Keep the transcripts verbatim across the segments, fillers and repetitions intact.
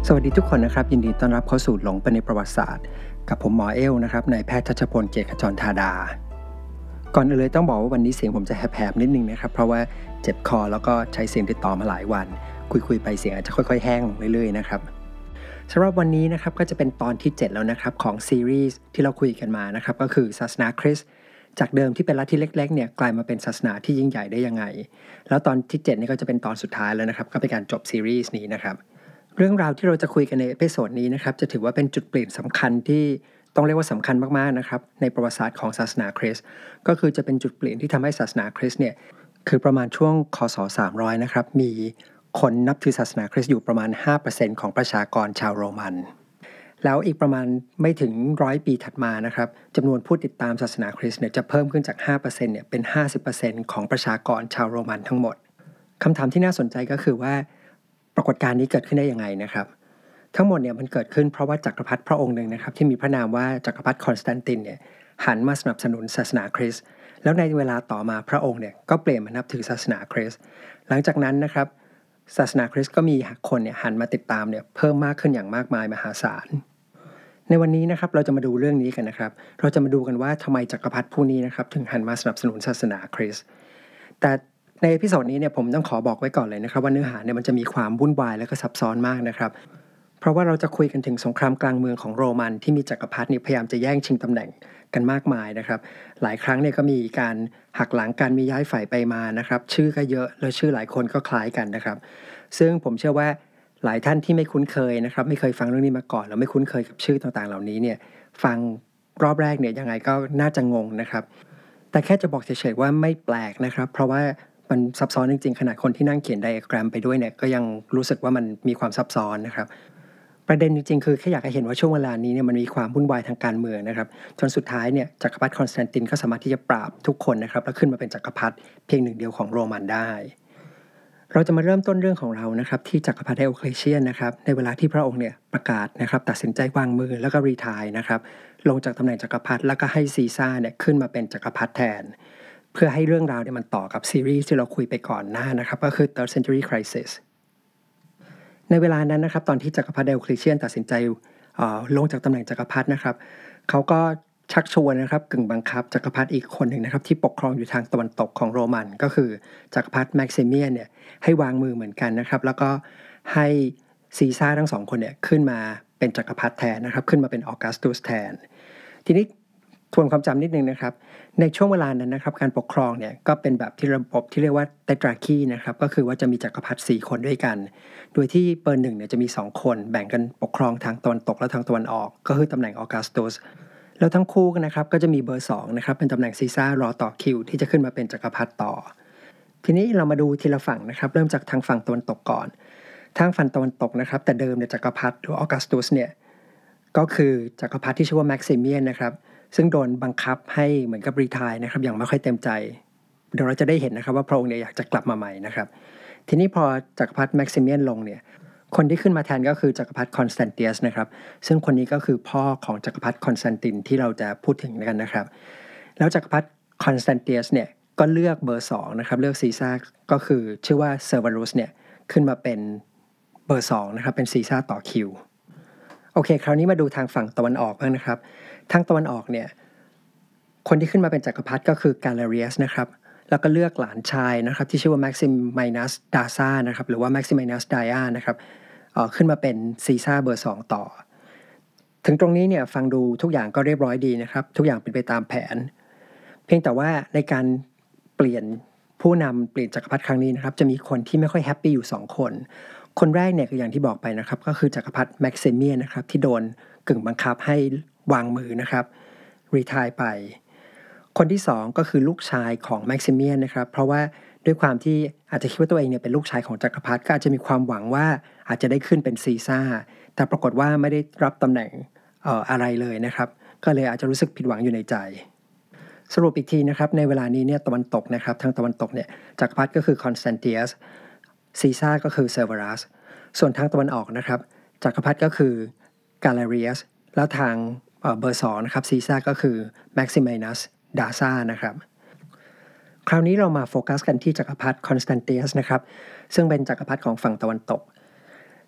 สวัสดีทุกคนนะครับยินดีต้อนรับเข้าสู่หลงไปในประวัติศาสตร์กับผมหมอเอลนะครับนายแพทย์ทัชพลเกียรติขจรธาดาก่อนอื่นเลยต้องบอกว่าวันนี้เสียงผมจะแหบๆนิดนึงนะครับเพราะว่าเจ็บคอแล้วก็ใช้เสียงติดต่อมาหลายวันคุยๆไปเสียงอาจจะค่อยๆแห้งลงเรื่อยๆนะครับสำหรับวันนี้นะครับก็จะเป็นตอนที่เจ็ดแล้วนะครับของซีรีส์ที่เราคุยกันมานะครับก็คือศาสนาคริสต์จากเดิมที่เป็นลัทธิเล็กๆเนี่ยกลายมาเป็นศาสนาที่ยิ่งใหญ่ได้ยังไงแล้วตอนที่เจ็ดนี่ก็จะเป็นตอนสุดท้ายแล้วนะครับก็เป็นการจบซีรีส์นี้นะครับเรื่องราวที่เราจะคุยกันในเอพิโซดนี้นะครับจะถือว่าเป็นจุดเปลี่ยนสำคัญที่ต้องเรียกว่าสำคัญมากๆนะครับในประวัติศาสตร์ของศาสนาคริสต์ก็คือจะเป็นจุดเปลี่ยนที่ทำให้ศาสนาคริสต์เนี่ยคือประมาณช่วงคศสามร้อยนะครับมีคนนับถือศาสนาคริสต์อยู่ประมาณ ห้าเปอร์เซ็นต์ ของประชากรชาวโรมันแล้วอีกประมาณไม่ถึงร้อยปีถัดมานะครับจำนวนผู้ติดตามศาสนาคริสต์เนี่ยจะเพิ่มขึ้นจาก ห้าเปอร์เซ็นต์ เนี่ยเป็น ห้าสิบเปอร์เซ็นต์ ของประชากรชาวโรมันทั้งหมดคำถามที่น่าสนใจก็คือว่าปรากฏการณ์นี้เกิดขึ้นได้ยังไงนะครับทั้งหมดเนี่ยมันเกิดขึ้นเพราะว่าจักรพรรดิพระองค์หนึ่งนะครับที่มีพระนามว่าจักรพรรดิคอนสแตนตินเนี่ยหันมาสนับสนุนศาสนาคริสต์แล้วในเวลาต่อมาพระองค์เนี่ยก็เปลี่ยนมานับถือศาสนาคริสต์หลังจากนั้นนะครับศาสนาคริสต์ก็มีคนเนี่ยหันมาติดตามเนี่ยเพิ่มมากขึ้นอย่างมากมายมหาศาลในวันนี้นะครับเราจะมาดูเรื่องนี้กันนะครับเราจะมาดูกันว่าทำไมจักรพรรดิผู้นี้นะครับถึงหันมาสนับสนุนศาสนาคริสต์แต่ในเอพิโซดนี้เนี่ยผมต้องขอบอกไว้ก่อนเลยนะครับว่าเนื้อหาเนี่ยมันจะมีความวุ่นวายและก็ซับซ้อนมากนะครับเพราะว่าเราจะคุยกันถึงสงครามกลางเมืองของโรมันที่มีจักรพรรดิเนี่ยพยายามจะแย่งชิงตำแหน่งกันมากมายนะครับหลายครั้งเนี่ยก็มีการหักหลังกันมีย้ายฝ่ายไปมานะครับชื่อก็เยอะแล้วชื่อหลายคนก็คล้ายกันนะครับซึ่งผมเชื่อว่าหลายท่านที่ไม่คุ้นเคยนะครับไม่เคยฟังเรื่องนี้มาก่อนแล้วไม่คุ้นเคยกับชื่อต่างๆเหล่านี้เนี่ยฟังรอบแรกเนี่ยยังไงก็น่าจะงงนะครับแต่แค่จะบอกเฉยๆว่าไม่แปลกนะครับเพราะว่ามันซับซ้อนจริงๆขนาดคนที่นั่งเขียนไดอะแกรมไปด้วยเนี่ยก็ยังรู้สึกว่ามันมีความซับซ้อนนะครับประเด็นจริงๆคือแค่อยากให้เห็นว่าช่วงเวลานี้เนี่ยมันมีความวุ่นวายทางการเมืองนะครับจนสุดท้ายเนี่ยจักรพรรดิคอนสแตนตินก็สามารถที่จะปราบทุกคนนะครับแล้วขึ้นมาเป็นจักรพรรดิเพียงหนึ่งเดียวของโรมันได้เราจะมาเริ่มต้นเรื่องของเรานะครับที่จักรพรรดิไดโอเคลีเชียนนะครับในเวลาที่พระองค์เนี่ยประกาศนะครับตัดสินใจวางมือแล้วก็รีไทร์นะครับลงจากตำแหน่งจักรพรรดิแล้วก็ให้ซีซ่าเนี่ยขึ้นมาเป็นจักรพรรดิแทนเพื่อให้เรื่องราวเนี่ยมันต่อกับซีรีส์ที่เราคุยไปก่อนหน้านะครับก็คือ Third Century Crisis ในเวลานั้นนะครับตอนที่จักรพรรดิไดโอเคลีเชียนตัดสินใจลงจากตำแหน่งจักรพรรดินะครับเขาก็ชักชวนนะครับกึ่งบังคับจักรพรรดิอีกคนหนึ่งนะครับที่ปกครองอยู่ทางตะวันตกของโรมันก็คือจักรพรรดิแม็กซิเมียนเนี่ยให้วางมือเหมือนกันนะครับแล้วก็ให้ซีซ่าทั้งสองคนเนี่ยขึ้นมาเป็นจักรพรรดิแทนนะครับขึ้นมาเป็นออกัสตุสแทนทีนี้ทวนความจำนิดนึงนะครับในช่วงเวลานั้นนะครับการปกครองเนี่ยก็เป็นแบบที่ระบบที่เรียกว่าเตตราคีนะครับก็คือว่าจะมีจักรพรรดิสี่คนด้วยกันโดยที่เบอร์หนึ่งเนี่ยจะมีสองคนแบ่งกันปกครองทางตะวันตกและทางตะวันออกก็คือตำแหน่งออกัสตุสแล้วทั้งคู่นะครับก็จะมีเบอร์สองนะครับเป็นตำแหน่งซีซ่ารอต่อคิวที่จะขึ้นมาเป็นจักรพรรดิต่อทีนี้เรามาดูทีละฝั่งนะครับเริ่มจากทางฝั่งตะวันตกก่อนทางฝั่งตะวันตกนะครับแต่เดิมเนี่ยจักรพรรดิหรือออกัสตุสเนี่ยก็คือจักรพรรดิที่ชื่อว่าแม็กซิเมียนนะครับซึ่งโดนบังคับให้เหมือนกับรีไทร์นะครับอย่างไม่ค่อยเต็มใจเดี๋ยวเราจะได้เห็นนะครับว่าพระองค์เนี่ยอยากจะกลับมาใหม่นะครับทีนี้พอจักรพรรดิแม็กซิเมียนลงเนี่ยคนที่ขึ้นมาแทนก็คือจักรพรรดิคอนสแตนเตียสนะครับซึ่งคนนี้ก็คือพ่อของจักรพรรดิคอนสแตนตินที่เราจะพูดถึงกันนะครับแล้วจักรพรรดิคอนสแตนเตียสเนี่ยก็เลือกเบอร์สองนะครับเลือกซีซ่าก็คือชื่อว่าเซอร์วารุสเนี่ยขึ้นมาเป็นเบอร์สองนะครับเป็นซีซ่าต่อคิวโอเคคราวนี้มาดูทางฝั่งตะวันออกบ้างนะครับทางตะวันออกเนี่ยคนที่ขึ้นมาเป็นจักรพรรดิก็คือกาเลเรียสนะครับแล้วก็เลือกหลานชายนะครับที่ชื่อว่าแม็กซิมินัสดาซานะครับหรือว่าแม็กซิมินัสไดอานะครับขึ้นมาเป็นซีซ่าเบอร์สองต่อถึงตรงนี้เนี่ยฟังดูทุกอย่างก็เรียบร้อยดีนะครับทุกอย่างเป็นไปตามแผนเพียงแต่ว่าในการเปลี่ยนผู้นำเปลี่ยนจักรพรรดิครั้งนี้นะครับจะมีคนที่ไม่ค่อยแฮปปี้อยู่สองคนคนแรกเนี่ยคืออย่างที่บอกไปนะครับก็คือจักรพรรดิแม็กซิเมียนนะครับที่โดนกึ่งบังคับให้วางมือนะครับรีไทร์ไปคนที่สองก็คือลูกชายของแม็กซิเมียนนะครับเพราะว่าด้วยความที่อาจจะคิดว่าตัวเองเนี่ยเป็นลูกชายของจักรพรรดิก็อาจจะมีความหวังว่าอาจจะได้ขึ้นเป็นซีซ่าแต่ปรากฏว่าไม่ได้รับตำแหน่งเอ่ออะไรเลยนะครับก็เลยอาจจะรู้สึกผิดหวังอยู่ในใจสรุปอีกทีนะครับในเวลานี้เนี่ยตะวันตกนะครับทางตะวันตกเนี่ยจักรพรรดิก็คือคอนสแตนเตียสซีซ่าก็คือเซอร์วารัสส่วนทางตะวันออกนะครับจักรพรรดิก็คือกาเลเรียสแล้วทางเบอร์สองนะครับซีซ่าก็คือแม็กซิมินัสดาซานะครับคราวนี้เรามาโฟกัสกันที่จักรพรรดิคอนสแตนเตียสนะครับซึ่งเป็นจักรพรรดิของฝั่งตะวันตก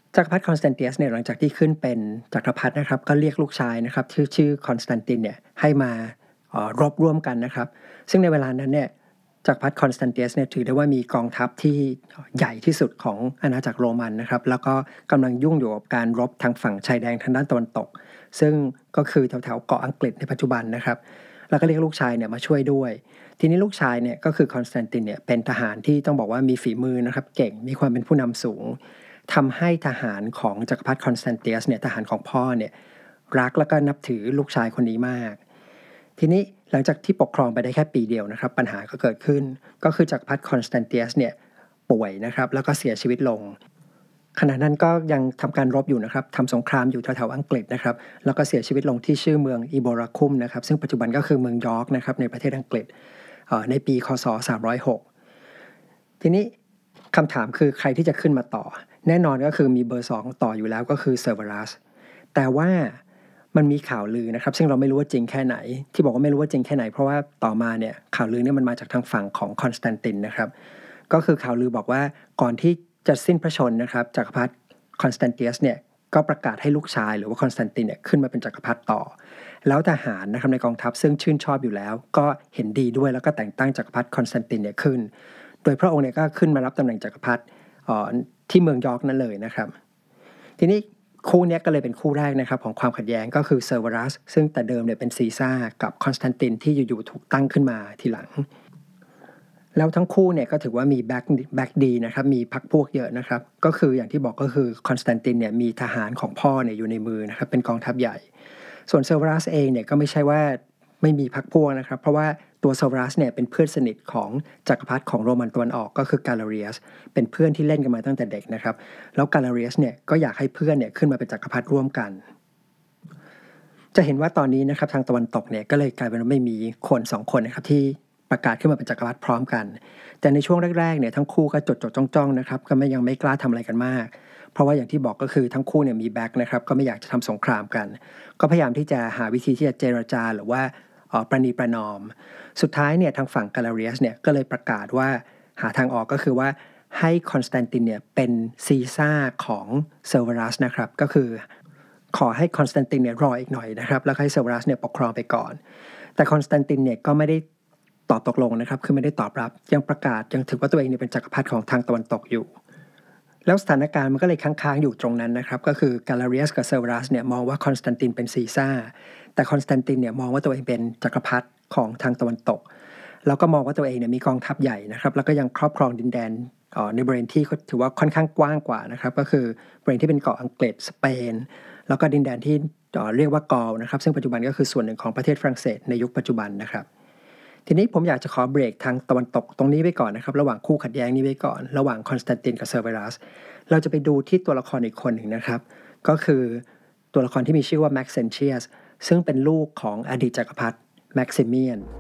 จักรพรรดิคอนสแตนเตียสเนี่ยหลังจากที่ขึ้นเป็นจักรพรรดินะครับก็เรียกลูกชายนะครับชื่อชื่อคอนสแตนตินเนี่ยให้มารบร่วมกันนะครับซึ่งในเวลานั้นเนี่ยจักรพรรดิคอนสแตนเตียสเนี่ยถือได้ว่ามีกองทัพที่ใหญ่ที่สุดของอาณาจักรโรมันนะครับแล้วก็กำลังยุ่งอยู่กับการรบทางฝั่งชายแดนทางด้านตะวันตกซึ่งก็คือแถวๆเกาะอังกฤษในปัจจุบันนะครับแล้วก็เรียกลูกชายเนี่ยมาช่วยด้วยทีนี้ลูกชายเนี่ยก็คือคอนสแตนตินเนี่ยเป็นทหารที่ต้องบอกว่ามีฝีมือนะครับเก่งมีความเป็นผู้นำสูงทำให้ทหารของจักรพรรดิคอนสแตนเตียสเนี่ยทหารของพ่อเนี่ยรักแล้วก็นับถือลูกชายคนนี้มากทีนี้หลังจากที่ปกครองไปได้แค่ปีเดียวนะครับปัญหาก็เกิดขึ้นก็คือจักรพรรดิคอนสแตนเตียสเนี่ยป่วยนะครับแล้วก็เสียชีวิตลงขณะนั้นก็ยังทำการรบอยู่นะครับทำสงครามอยู่แถวๆอังกฤษนะครับแล้วก็เสียชีวิตลงที่ชื่อเมืองอีโบราคุมนะครับซึ่งปัจจุบันก็คือเมืองยอร์กนะครับในประเทศอังกฤษในปีคศสามร้อยหกทีนี้คำถามคือใครที่จะขึ้นมาต่อแน่นอนก็คือมีเบอร์สองต่ออยู่แล้วก็คือเซอร์เวรัสแต่ว่ามันมีข่าวลือนะครับซึ่งเราไม่รู้ว่าจริงแค่ไหนที่บอกว่าไม่รู้ว่าจริงแค่ไหนเพราะว่าต่อมาเนี่ยข่าวลือเนี่ยมันมาจากทางฝั่งของคอนสแตนตินนะครับก็คือข่าวลือบอกว่าก่อนที่จะสิ้นพระชนนะครับจักรพรรดิคอนสแตนเตียสเนี่ยก็ประกาศให้ลูกชายหรือว่าคอนสแตนตินเนี่ยขึ้นมาเป็นจักรพรรดิต่อแล้วทหารนะครับในกองทัพซึ่งชื่นชอบอยู่แล้วก็เห็นดีด้วยแล้วก็แต่งตั้งจักรพรรดิคอนสแตนตินเนี่ยขึ้นโดยพระองค์เนี่ยก็ขึ้นมารับตำแหน่งจักรพรรดิที่เมืองยอร์กนั่นเลยนะครับทีนี้คู่นี้ก็เลยเป็นคู่แรกนะครับของความขัดแย้งก็คือเซอร์เวรัสซึ่งแต่เดิมเนี่ยเป็นซีซ่ากับคอนสแตนตินที่อยู่ๆถูกตั้งขึ้นมาทีหลังแล้วทั้งคู่เนี่ยก็ถือว่ามีแบ็คแบ็คดีนะครับมีพรรคพวกเยอะนะครับก็คืออย่างที่บอกก็คือคอนสแตนตินเนี่ยมีทหารของพ่อเนี่ยอยู่ในมือนะครับเป็นกองทัพใหญ่ส่วนเซอร์เวรัสเองเนี่ยก็ไม่ใช่ว่าไม่มีพรรคพวกนะครับเพราะว่าตัวเซอร์เวรัสเนี่ยเป็นเพื่อนสนิทของจักรพรรดิของโรมันตะวันออกก็คือกาลาเรียสเป็นเพื่อนที่เล่นกันมาตั้งแต่เด็กนะครับแล้วกาลาเรียสเนี่ยก็อยากให้เพื่อนเนี่ยขึ้นมาเป็นจักรพรรดิร่วมกันจะเห็นว่าตอนนี้นะครับทางตะวันตกเนี่ยก็เลยกลายเป็นว่าไม่มีคนสองคนนะครับที่ประกาศขึ้นมาเป็นจักรพรรดิพร้อมกันแต่ในช่วงแรกๆเนี่ยทั้งคู่ก็จดจดจ้องๆนะครับก็ไม่ยังไม่กล้าทำอะไรกันมากเพราะว่าอย่างที่บอกก็คือทั้งคู่เนี่ยมีแบ็คนะครับก็ไม่อยากจะทำสงครามกันก็พยายามที่จะหาวิธีที่จะเจรจาหรือว่าประนีประนอมสุดท้ายเนี่ยทางฝั่งกาลาเรียสเนี่ยก็เลยประกาศว่าหาทางออกก็คือว่าให้คอนสแตนตินเนี่ยเป็นซีซ่าของเซอร์เวรัสนะครับก็คือขอให้คอนสแตนตินเนี่ยรออีกหน่อยนะครับแล้วให้เซอร์เวรัสเนี่ยปกครองไปก่อนแต่คอนสแตนตินเนี่ยก็ไม่ได้ตอบตกลงนะครับคือไม่ได้ตอบรับยังประกาศยังถือว่าตัวเองเนี่ยเป็นจักรพรรดิของทางตะวันตกอยู่แล้วสถานการณ์มันก็เลยค้างๆอยู่ตรงนั้นนะครับก็คือกาลาเรียสกับเซอร์เวรัสเนี่ยมองว่าคอนสแตนตินเป็นซีซ่าแต่คอนสแตนตินเนี่ยมองว่าตัวเองเป็นจักรพรรดิของทางตะวันตกแล้วก็มองว่าตัวเองเนี่ยมีกองทัพใหญ่นะครับแล้วก็ยังครอบครองดินแดนในบริเวณที่ถือว่าค่อนข้างกว้างกว่านะครับก็คือบริเวณที่เป็นเกาะอังกฤษสเปนแล้วก็ดินแดนที่เรียกว่ากอลนะครับซึ่งปัจจุบันก็คือส่วนหนึ่งของประเทศฝรั่งเศสในยุคปัจจุบันนะครับทีนี้ผมอยากจะขอเบรกทางตะวันตกตรงนี้ไว้ก่อนนะครับระหว่างคู่ขัดแย้งนี้ไว้ก่อนระหว่างคอนสแตนตินกับเซอร์เวรัสเราจะไปดูที่ตัวละครอีกคนหนึ่งนะครับก็คือตัวละครที่มีชื่อว่าแม็กเซนเชียสซึ่งเป็นลูกของอดีตจักรพรรดิแม็กซิเมียน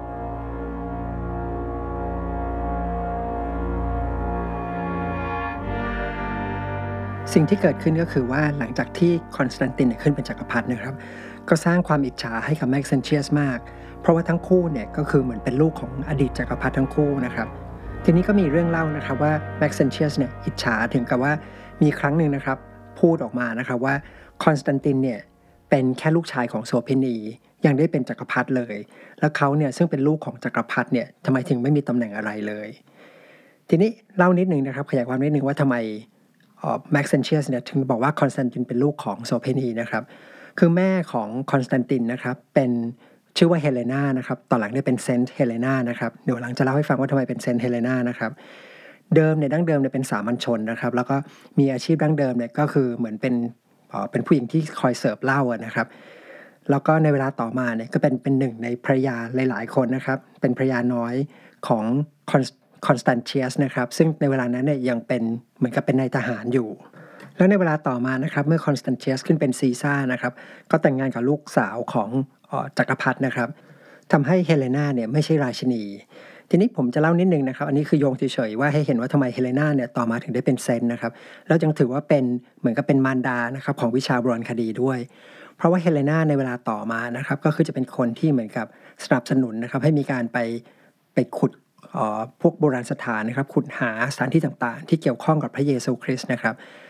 สิ่งที่เกิดขึ้นก็คือว่าหลังจากที่คอนสแตนตินขึ้นเป็นจักรพรรดินะครับก็สร้างความอิจฉาให้กับแม็กเซนเชียสมากเพราะว่าทั้งคู่เนี่ยก็คือเหมือนเป็นลูกของอดีตจักรพรรดิทั้งคู่นะครับทีนี้ก็มีเรื่องเล่านะครับว่าแม็กเซนเชียสเนี่ยอิจฉาถึงกับว่ามีครั้งหนึ่งนะครับพูดออกมานะครับว่าคอนสแตนตินเนี่ยเป็นแค่ลูกชายของโสเภณียังได้เป็นจักรพรรดิเลยแล้วเขาเนี่ยซึ่งเป็นลูกของจักรพรรดิเนี่ยทำไมถึงไม่มีตำแหน่งอะไรเลยทีนี้เล่านิดนึงนะครับขยายความนิดนึงว่าทำไมแม็กเซนเชียสเนี่ยถึงบอกว่าคอนสแตนตินเป็นลูกของโสเภณีนะครับคือแม่ของคอนสแตนตินนะครับเป็นชื่อว่าเฮเลนานะครับต่อหลังได้เป็นเซนต์เฮเลนานะครับเดี๋ยวหลังจะเล่าให้ฟังว่าทำไมเป็นเซนต์เฮเลนานะครับเดิมเนี่ยดั้งเดิมเนี่ยเป็นสามัญชนนะครับแล้วก็มีอาชีพดั้งเดิมเนี่ยก็คือเหมือนเป็นเป็นผู้หญิงที่คอยเสิร์ฟเหล้านะครับแล้วก็ในเวลาต่อมาเนี่ยก็เป็นเป็นหนึ่งในภรรยาหลายๆคนนะครับเป็นภรรยาน้อยของคอนคอนสแตนเชียสนะครับซึ่งในเวลานั้นเนี่ยยังเป็นเหมือนกับเป็นนายทหารอยู่แล้วในเวลาต่อมานะครับเมื่อคอนสแตนเชียสขึ้นเป็นซีซ่านะครับก็แต่งงานกับลูกสาวของจักรพรรดินะครับทำให้เฮเลนาเนี่ยไม่ใช่ราชินีทีนี้ผมจะเล่านิดนึงนะครับอันนี้คือโยงเฉยๆว่าให้เห็นว่าทำไมเฮเลนาเนี่ยต่อมาถึงได้เป็นเซนต์นะครับแล้วยังถือว่าเป็นเหมือนกับเป็นมารดานะครับของวิชาโบราณคดีด้วยเพราะว่าเฮเลนาในเวลาต่อมานะครับก็คือจะเป็นคนที่เหมือนกับสนับสนุนนะครับให้มีการไปไปขุดพวกโบราณสถานนะครับขุดหาสถานที่ต่างๆที่เกี่ยวข้องกับพระเยซูคริสต์นะครับ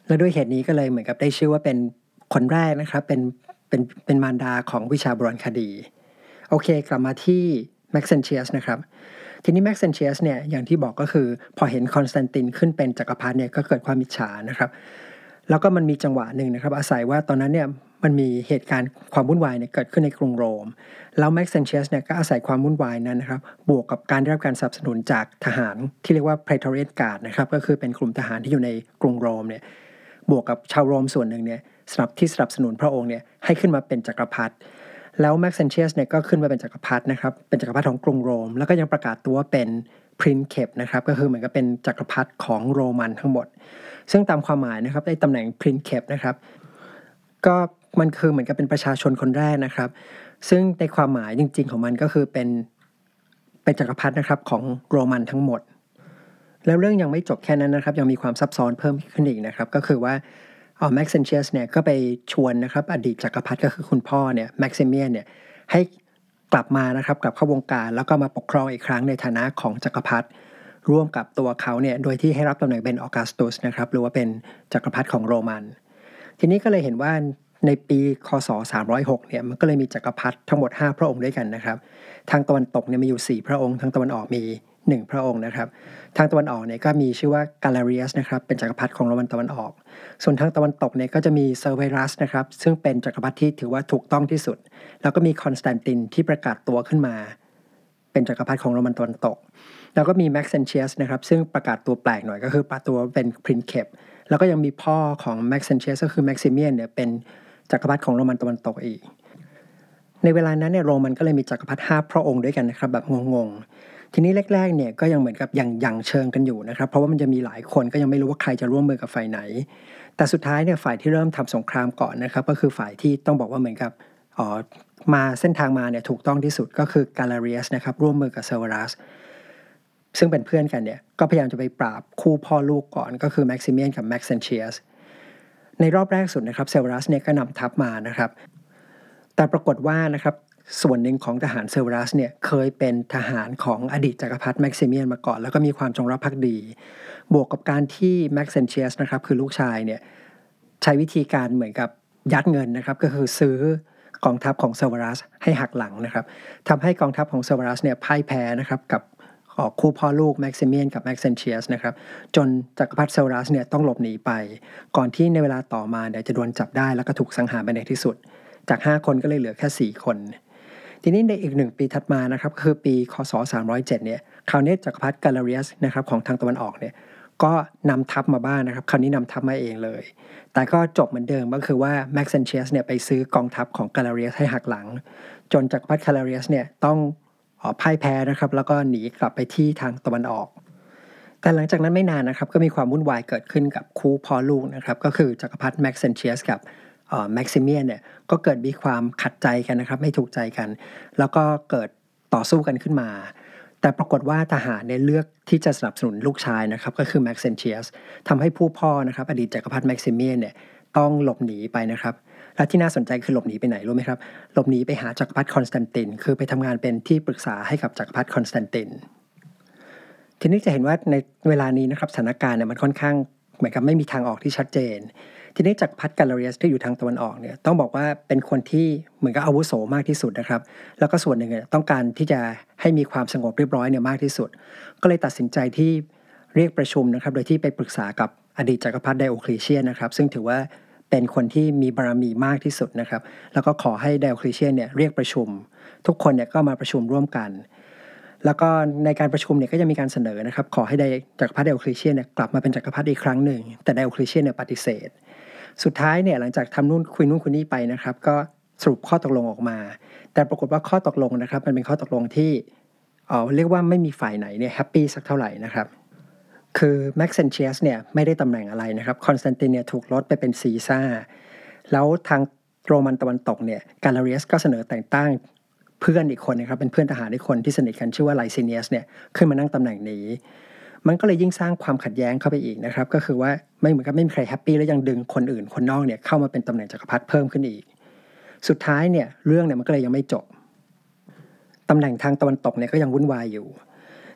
และด้วยเหตุนี้ก็เลยเหมือนกับได้ชื่อว่าเป็นคนแรกนะครับเป็นเป็นเป็นมารดาของวิชาโบราณคดีโอเคกลับมาที่แม็กเซนเชียสนะครับทีนี้แม็กเซนเชียสเนี่ยอย่างที่บอกก็คือพอเห็นคอนสแตนตินขึ้นเป็นจักรพรรดิเนี่ยก็เกิดความอิจฉานะครับแล้วก็มันมีจังหวะหนึ่งนะครับอาศัยว่าตอนนั้นเนี่ยมันมีเหตุการณ์ความวุ่นวายเนี่ยเกิดขึ้นในกรุงโรมแล้วแม็กเซนเชียสเนี่ยก็อาศัยความวุ่นวายนั้นนะครับบวกกับการได้รับการสนับสนุนจากทหารที่เรียกว่า Praetorian Guard นะครับก็คือเป็นกลุ่มทหารที่อยู่ในกรุงโรมเนี่ยบวกกับชาวโรมส่วนหนึ่งเนี่ยสนับที่สนับสนุนพระองค์เนี่ยให้ขึ้นมาเป็นจักรพรรดิแล้วแม็กเซนเชียสเนี่ยก็ขึ้นมาเป็นจักรพรรดินะครับเป็นจักรพรรดิของกรุงโรมแล้วก็ยังประกาศตัวว่าเป็นพรินเคปนะครับก็คือเหมือนกับเป็นจักรพรรดิของโรมันทั้งหมดซึ่งตามความหมายนะครับในตำแหน่งพรินเคปนะครับก็มันคือเหมือนกับเป็นประชาชนคนแรกนะครับซึ่งในความหมายจริงๆของมันก็คือเป็นเป็นจักรพรรดินะครับของโรมันทั้งหมดแล้วเรื่องยังไม่จบแค่นั้นนะครับยังมีความซับซ้อนเพิ่มขึ้นอีกนะครับก็คือว่าอ๋อแม็กเซนเชียสเนี่ยก็ไปชวนนะครับอดีตจักรพรรดิก็คือคุณพ่อเนี่ยแม็กซิเมียนเนี่ยให้กลับมานะครับกลับเข้าวงการแล้วก็มาปกครองอีกครั้งในฐานะของจักรพรรดิร่วมกับตัวเขาเนี่ยโดยที่ให้รับตำแหน่งเป็นออกัสตุสนะครับหรือว่าเป็นจักรพรรดิของโรมันทีนี้ก็เลยเห็นว่าในปีคศสามร้อยหกเนี่ยมันก็เลยมีจักรพรรดิทั้งหมดห้าพระองค์ด้วยกันนะครับทางตะวันตกเนี่ยมีอยู่สี่พระองค์ทางตะวันออกมีหนึ่งพระองค์นะครับทางตะวันออกเนี่ยก็มีชื่อว่ากาลาเรียสนะครับเป็นจักรพรรดิของโรมันตะวันออกส่วนทางตะวันตกเนี่ยก็จะมีเซอร์เวรัสนะครับซึ่งเป็นจักรพรรดิที่ถือว่าถูกต้องที่สุดแล้วก็มีคอนสแตนตินที่ประกาศตัวขึ้นมาเป็นจักรพรรดิของโรมันตะวันตกแล้วก็มีแม็กเซนเชียสนะครับซึ่งประกาศตัวแปลกหน่อยก็คือประกาศตัวเป็นพรินเคปแล้วก็ยังมีพ่อของแม็กเซนเชียสก็คือแม็กซิเมียนเนี่ยเป็นจักรพรรดิของโรมันตะวันตกอีกในเวลานั้นเนี่ยโรมันก็เลยมีจักรพรรดิห้าพระองค์ด้วยกันนะครับแบบงงๆทีนี้แรกๆเนี่ยก็ยังเหมือนกับยังยังเชิงกันอยู่นะครับเพราะว่ามันจะมีหลายคนก็ยังไม่รู้ว่าใครจะร่วมมือกับฝ่ายไหนแต่สุดท้ายเนี่ยฝ่ายที่เริ่มทำสงครามก่อนนะครับก็คือฝ่ายที่ต้องบอกว่าเหมือนกับอ๋อมาเส้นทางมาเนี่ยถูกต้องที่สุดก็คือกาลาเรียสนะครับร่วมมือกับเซอร์วารัสซึ่งเป็นเพื่อนกันเนี่ยก็พยายามจะไปปราบคู่พ่อลูกก่อนก็คือแม็กซิเมียนกับแม็กเซนเชียสในรอบแรกสุดนะครับเซอร์วารัสเนี่ยก็นำทัพมานะครับแต่ปรากฏว่านะครับส่วนหนึ่งของทหารเซอร์วารัสเนี่ยเคยเป็นทหารของอดีตจักรพรรดิแม็กซิเมียนมาก่อนแล้วก็มีความจงรักภักดีบวกกับการที่แม็กเซนเชียสนะครับคือลูกชายเนี่ยใช้วิธีการเหมือนกับยัดเงินนะครับก็คือซื้อกองทัพของเซอร์วารัสให้หักหลังนะครับทำให้กองทัพของเซอร์วารัสเนี่ยพ่ายแพ้นะครับกับคู่พ่อลูกแม็กซิเมียนกับแม็กเซนเชียสนะครับจนจักรพรรดิเซอร์วารัสเนี่ยต้องหลบหนีไปก่อนที่ในเวลาต่อมาเนี่ยจะโดนจับได้แล้วก็ถูกสังหารไปในที่สุดจากห้าคนก็เลยเหลือแค่สี่คนทีนี้ในอีกหนึ่งปีถัดมานะครับคือปีคศสามร้อยเจ็ดเนี่ยคราวนี้จักรพรรดิกาลาเรียสนะครับของทางตะวันออกเนี่ยก็นำทัพมาบ้าง น, นะครับคราวนี้นำทัพมาเองเลยแต่ก็จบเหมือนเดิมก็คือว่าแม็กเซนเชียสเนี่ยไปซื้อกองทัพของกาลาเรียสให้หักหลังจนจักรพรรดิกาลาเรียสเนี่ยต้องพ่ายแพ้นะครับแล้วก็หนีกลับไปที่ทางตะวันออกแต่หลังจากนั้นไม่นานนะครับก็มีความวุ่นวายเกิดขึ้นกับคู่พ่อลูกนะครับก็คือจักรพรรดิแม็กเซนเชียสกับแม็กซิเมียนเนี่ยก็เกิดมีความขัดใจกันนะครับไม่ถูกใจกันแล้วก็เกิดต่อสู้กันขึ้นมาแต่ปรากฏว่าทหารเนี่ยเลือกที่จะสนับสนุนลูกชายนะครับก็คือแม็กเซนเชียสทำให้ผู้พ่อนะครับอดีตจักรพรรดิแม็กซิเมียนเนี่ยต้องหลบหนีไปนะครับและที่น่าสนใจคือหลบหนีไปไหนรู้ไหมครับหลบหนีไปหาจักรพรรดิคอนสแตนตินคือไปทำงานเป็นที่ปรึกษาให้กับจักรพรรดิคอนสแตนตินทีนี้จะเห็นว่าในเวลานี้นะครับสถานการณ์เนี่ยมันค่อนข้างเหมือนกับไม่มีทางออกที่ชัดเจนทีนี้จักรพรรดิกาลาเรียสที่อยู่ทางตะวันออกเนี่ยต้องบอกว่าเป็นคนที่เหมือนกับอาวุโสมากที่สุดนะครับแล้วก็ส่วนหนึ่งเนี่ยต้องการที่จะให้มีความสงบเรียบร้อยเนี่ยมากที่สุดก็เลยตัดสินใจที่เรียกประชุมนะครับโดยที่ไปปรึกษากับอดีตจักรพรรดิไดโอคลีเชียนนะครับซึ่งถือว่าเป็นคนที่มีบารมีมากที่สุดนะครับแล้วก็ขอให้ไดโอคลีเชียนเนี่ยเรียกประชุมทุกคนเนี่ยก็มาประชุมร่วมกันแล้วก็ในการประชุมเนี่ยก็จะมีการเสนอนะครับขอให้ไดจักรพรรดิไดโอคลีเชียนเนี่ยกลับมาเป็นจักรพรรดิอีกครั้งหนึ่งแต่ไดโอคลีเชียนเนี่ยปฏิเสธสุดท้ายเนี่ยหลังจากทำนู่นคุยนู่นคุยนี่ไปนะครับก็สรุปข้อตกลงออกมาแต่ปรากฏว่าข้อตกลงนะครับมันเป็นข้อตกลงที่เอ่อเรียกว่าไม่มีฝ่ายไหนเนี่ยแฮปปี้สักเท่าไหร่นะครับคือแม็กเซนเชียสเนี่ยไม่ได้ตำแหน่งอะไรนะครับคอนสแตนตินเนี่ยถูกลดไปเป็นซีซ่าแล้วทางโรมันตะวันตกเนี่ยกาลาเรียสก็เสนอแต่งตั้งเพื่อนอีกคนนะครับเป็นเพื่อนทหารอีกคนที่สนิทกันชื่อว่าไลซิเนียสเนี่ยขึ้นมานั่งตำแหน่งนี้มันก็เลยยิ่งสร้างความขัดแย้งเข้าไปอีกนะครับก็คือว่าไม่เหมือนกับไม่มีใครแฮปปี้แล้วยังดึงคนอื่นคนนอกเนี่ยเข้ามาเป็นตำแหน่งจักรพรรดิเพิ่มขึ้นอีกสุดท้ายเนี่ยเรื่องเนี่ยมันก็เลยยังไม่จบตำแหน่งทางตะวันตกเนี่ยก็ยังวุ่นวายอยู่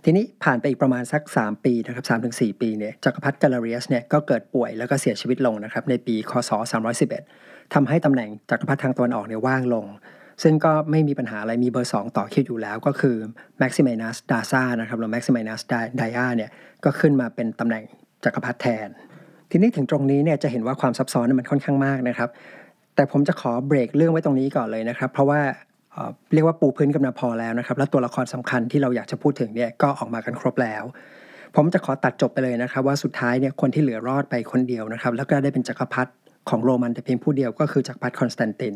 ทีนี้ผ่านไปอีกประมาณสักสามปีนะครับ สามถึงสี่ ปีเนี่ยจักรพรรดิกาลาเรียสเนี่ยก็เกิดป่วยแล้วก็เสียชีวิตลงนะครับในปีคศสามร้อยสิบเอ็ดทำให้ตำแหน่งจักรพรรดิทางตะวันออกเนี่ยว่างลงซึ่งก็ไม่มีปัญหาอะไรมีเบอร์สองต่อคิวอยู่แล้วก็คือแม็กซิมินัสดาซานะครับหรือแม็กซิมินัสไดอาเนี่ยก็ขึ้นมาเป็นตำแหน่งจักรพรรดิแทนทีนี้ถึงตรงนี้เนี่ยจะเห็นว่าความซับซ้อนมันค่อนข้างมากนะครับแต่ผมจะขอเบรกเรื่องไว้ตรงนี้ก่อนเลยนะครับเพราะว่าเอ่อเรียกว่าปูพื้นกันมาพอแล้วนะครับแล้วตัวละครสำคัญที่เราอยากจะพูดถึงเนี่ยก็ออกมากันครบแล้วผมจะขอตัดจบไปเลยนะครับว่าสุดท้ายเนี่ยคนที่เหลือรอดไปคนเดียวนะครับแล้วก็ได้เป็นจักรพรรดิของโรมันแต่เพียงผู้เดียวก็คือจักรพรรดิคอนสแตนติน